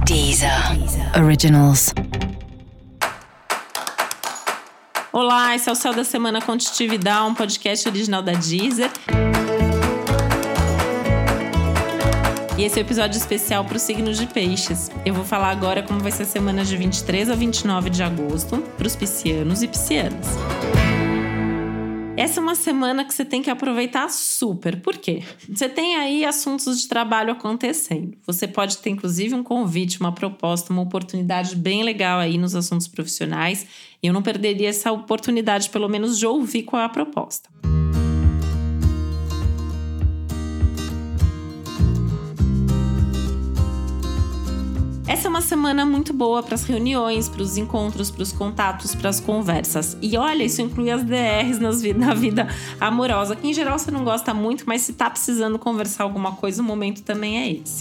Deezer Originals. Olá, esse é o Céu da Semana com Titi Vidal, um podcast original da Deezer. E esse é o um episódio especial para os signos de peixes. Eu vou falar agora como vai ser a semana de 23 a 29 de agosto para os piscianos e piscianas. Essa é uma semana que você tem que aproveitar super. Por quê? Você tem aí assuntos de trabalho acontecendo. Você pode ter, inclusive, um convite, uma proposta, uma oportunidade bem legal aí nos assuntos profissionais. E eu não perderia essa oportunidade, pelo menos, de ouvir qual é a proposta. Essa é uma semana muito boa para as reuniões, para os encontros, para os contatos, para as conversas. E olha, isso inclui as DRs na vida amorosa, que em geral você não gosta muito, mas se tá precisando conversar alguma coisa, o momento também é esse.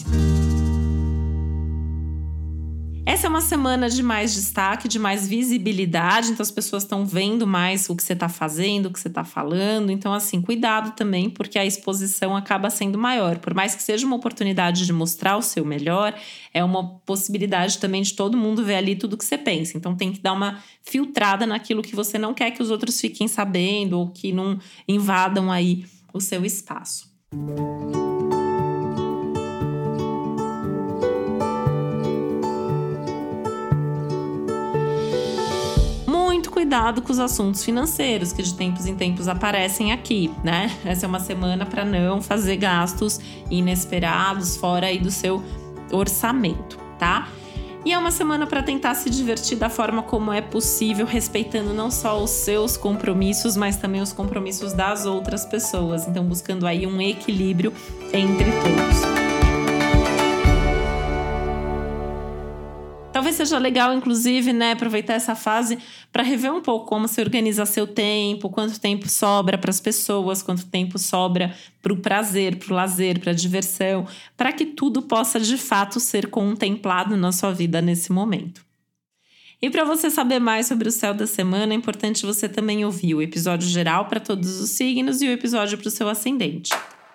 Essa é uma semana de mais destaque, de mais visibilidade, então as pessoas estão vendo mais o que você está fazendo, o que você está falando. Então, assim, cuidado também, porque a exposição acaba sendo maior. Por mais que seja uma oportunidade de mostrar o seu melhor, é uma possibilidade também de todo mundo ver ali tudo que você pensa. Então, tem que dar uma filtrada naquilo que você não quer que os outros fiquem sabendo ou que não invadam aí o seu espaço. Cuidado com os assuntos financeiros que de tempos em tempos aparecem aqui, né? Essa é uma semana para não fazer gastos inesperados fora aí do seu orçamento, tá? E é uma semana para tentar se divertir da forma como é possível, respeitando não só os seus compromissos, mas também os compromissos das outras pessoas. Então, buscando aí um equilíbrio entre todos. Talvez seja legal, inclusive, né, aproveitar essa fase para rever um pouco como se organiza seu tempo, quanto tempo sobra para as pessoas, quanto tempo sobra para o prazer, para o lazer, para a diversão, para que tudo possa, de fato, ser contemplado na sua vida nesse momento. E para você saber mais sobre o céu da semana, é importante você também ouvir o episódio geral para todos os signos e o episódio para o seu ascendente.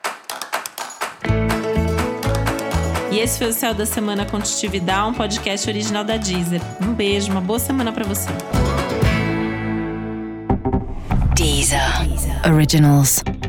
E esse foi o Céu da Semana com Titi Vidal, um podcast original da Deezer. Um beijo, uma boa semana pra você. Deezer Originals.